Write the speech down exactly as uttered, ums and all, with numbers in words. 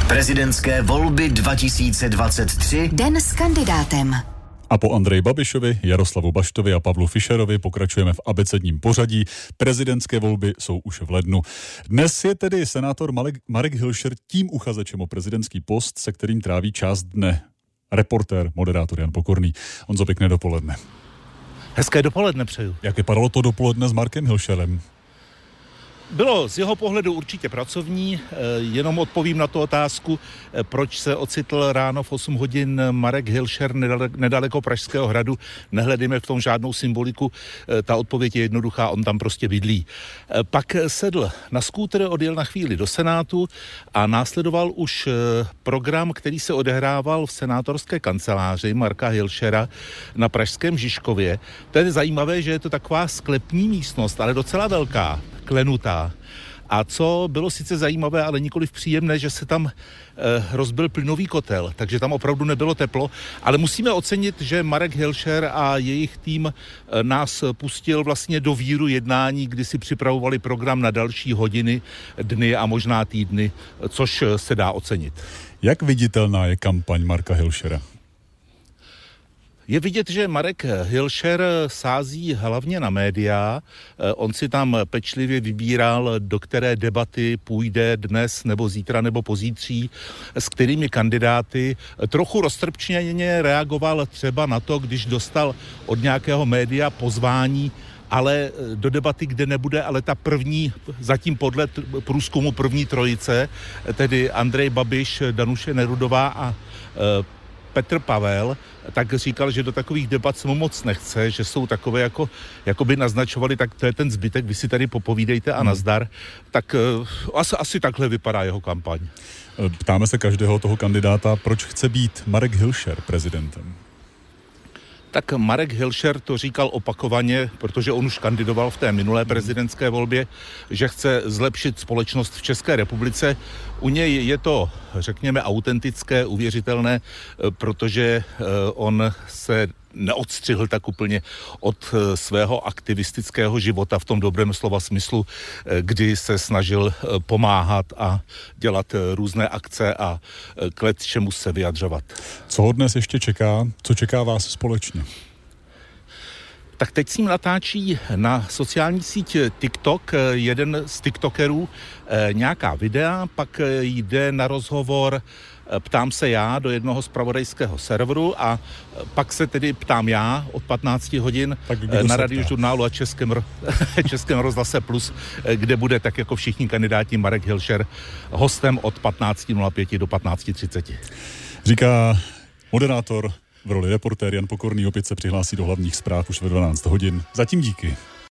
Prezidentské volby dva tisíce dvacet tři. Den s kandidátem. A po Andreji Babišovi, Jaroslavu Baštovi a Pavlu Fischerovi pokračujeme v abecedním pořadí. Prezidentské volby jsou už v lednu. Dnes je tedy senátor Marek, Marek Hilšer tím uchazečem o prezidentský post, se kterým tráví část dne. Reportér, moderátor Jan Pokorný. Honzo, pěkné dopoledne. Hezké dopoledne přeju. Jak vypadalo to dopoledne s Markem Hilšerem? Bylo z jeho pohledu určitě pracovní, jenom odpovím na tu otázku, proč se ocitl ráno v osm hodin Marek Hilšer nedaleko Pražského hradu. Nehledíme v tom žádnou symboliku, ta odpověď je jednoduchá, on tam prostě bydlí. Pak sedl na skútr, odjel na chvíli do Senátu a následoval už program, který se odehrával v senátorské kanceláři Marka Hilšera na pražském Žižkově. To je zajímavé, že je to taková sklepní místnost, ale docela velká, klenutá. A co bylo sice zajímavé, ale nikoliv příjemné, že se tam e, rozbil plynový kotel, takže tam opravdu nebylo teplo, ale musíme ocenit, že Marek Hilšer a jejich tým e, nás pustil vlastně do víru jednání, kdy si připravovali program na další hodiny, dny a možná týdny, což se dá ocenit. Jak viditelná je kampaň Marka Hilšera? Je vidět, že Marek Hilšer sází hlavně na média. On si tam pečlivě vybíral, do které debaty půjde dnes nebo zítra nebo pozítří, s kterými kandidáty. Trochu roztrpčeně reagoval třeba na to, když dostal od nějakého média pozvání, ale do debaty, kde nebude, ale ta první, zatím podle průzkumu první trojice, tedy Andrej Babiš, Danuše Nerudová a Petr Pavel, tak říkal, že do takových debat se mu moc nechce, že jsou takové, jako, jako by naznačovali, tak to je ten zbytek, vy si tady popovídejte a nazdar. Tak uh, asi, asi takhle vypadá jeho kampaň. Ptáme se každého toho kandidáta, proč chce být Marek Hilšer prezidentem? Tak Marek Hilšer to říkal opakovaně, protože on už kandidoval v té minulé prezidentské volbě, že chce zlepšit společnost v České republice. U něj je to, řekněme, autentické, uvěřitelné, protože on se neodstřihl tak úplně od svého aktivistického života v tom dobrém slova smyslu, kdy se snažil pomáhat a dělat různé akce a k lecčemu se vyjadřovat. Co ho dnes ještě čeká? Co čeká vás společně? Tak teď s ním natáčí na sociální síť TikTok jeden z tiktokerů nějaká videa, pak jde na rozhovor Ptám se já do jednoho zpravodajského serveru a pak se tedy ptám já od patnáct hodin na Radiožurnálu a Českém, Českém rozhlase Plus, kde bude tak jako všichni kandidáti Marek Hilšer hostem od patnáct nula pět do patnáct třicet. Říká moderátor v roli reportér Jan Pokorný, opět se přihlásí do hlavních zpráv už ve dvanáct hodin. Zatím díky.